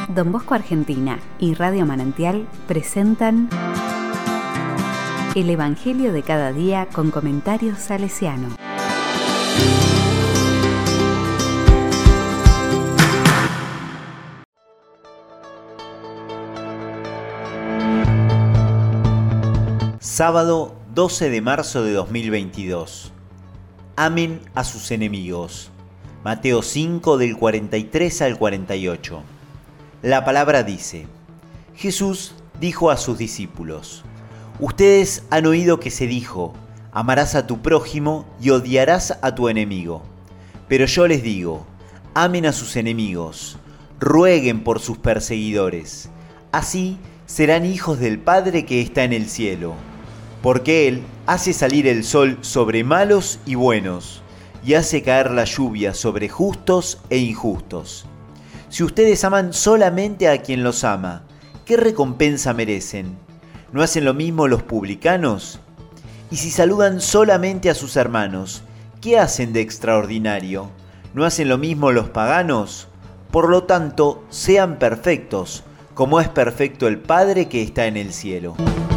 Don Bosco Argentina y Radio Manantial presentan El Evangelio de cada día con comentarios salesiano. Sábado 12 de marzo de 2022. Amen a sus enemigos. Mateo 5 del 43 al 48. La palabra dice: Jesús dijo a sus discípulos: Ustedes han oído que se dijo, amarás a tu prójimo y odiarás a tu enemigo. Pero yo les digo, amen a sus enemigos, rueguen por sus perseguidores. Así serán hijos del Padre que está en el cielo. Porque Él hace salir el sol sobre malos y buenos, y hace caer la lluvia sobre justos e injustos. Si ustedes aman solamente a quien los ama, ¿qué recompensa merecen? ¿No hacen lo mismo los publicanos? Y si saludan solamente a sus hermanos, ¿qué hacen de extraordinario? ¿No hacen lo mismo los paganos? Por lo tanto, sean perfectos, como es perfecto el Padre que está en el cielo.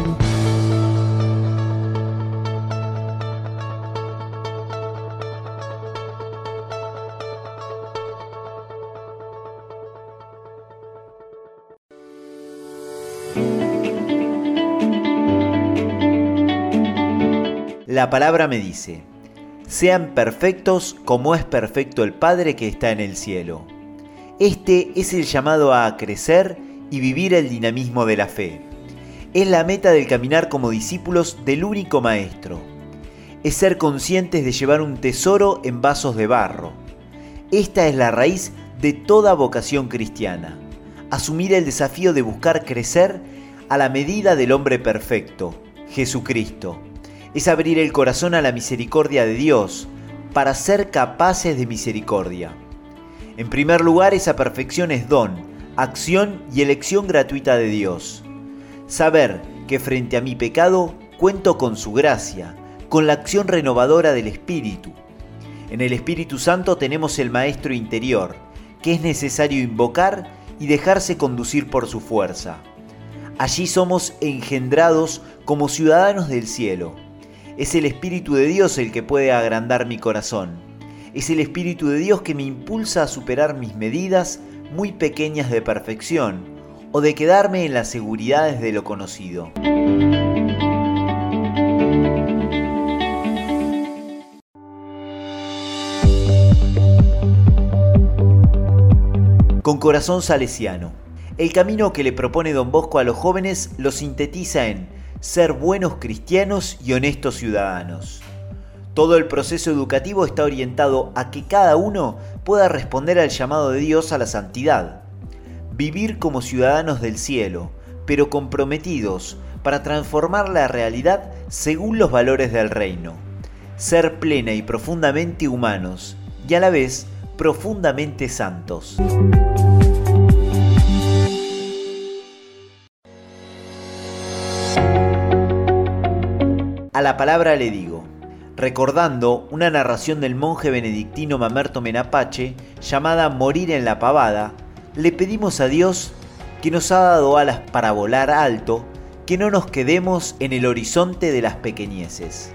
La palabra me dice: sean perfectos como es perfecto el Padre que está en el cielo. Este es el llamado a crecer y vivir el dinamismo de la fe. Es la meta del caminar como discípulos del único Maestro. Es ser conscientes de llevar un tesoro en vasos de barro. Esta es la raíz de toda vocación cristiana. Asumir el desafío de buscar crecer a la medida del hombre perfecto, Jesucristo. Es abrir el corazón a la misericordia de Dios para ser capaces de misericordia. En primer lugar, esa perfección es don, acción y elección gratuita de Dios. Saber que frente a mi pecado cuento con su gracia, con la acción renovadora del Espíritu. En el Espíritu Santo tenemos el Maestro interior, que es necesario invocar y dejarse conducir por su fuerza. Allí somos engendrados como ciudadanos del cielo. Es el Espíritu de Dios el que puede agrandar mi corazón. Es el Espíritu de Dios que me impulsa a superar mis medidas muy pequeñas de perfección o de quedarme en las seguridades de lo conocido. Con corazón salesiano. El camino que le propone Don Bosco a los jóvenes lo sintetiza en ser buenos cristianos y honestos ciudadanos. Todo el proceso educativo está orientado a que cada uno pueda responder al llamado de Dios a la santidad. Vivir como ciudadanos del cielo, pero comprometidos para transformar la realidad según los valores del reino. Ser plena y profundamente humanos, y a la vez profundamente santos. A la palabra le digo, recordando una narración del monje benedictino Mamerto Menapace llamada Morir en la pavada, le pedimos a Dios que nos ha dado alas para volar alto, que no nos quedemos en el horizonte de las pequeñeces.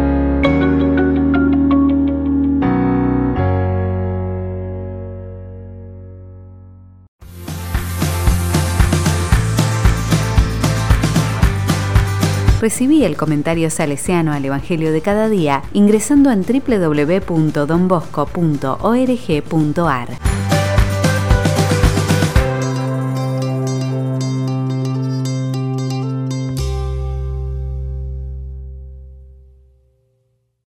Recibí el comentario salesiano al Evangelio de cada día ingresando en www.donbosco.org.ar.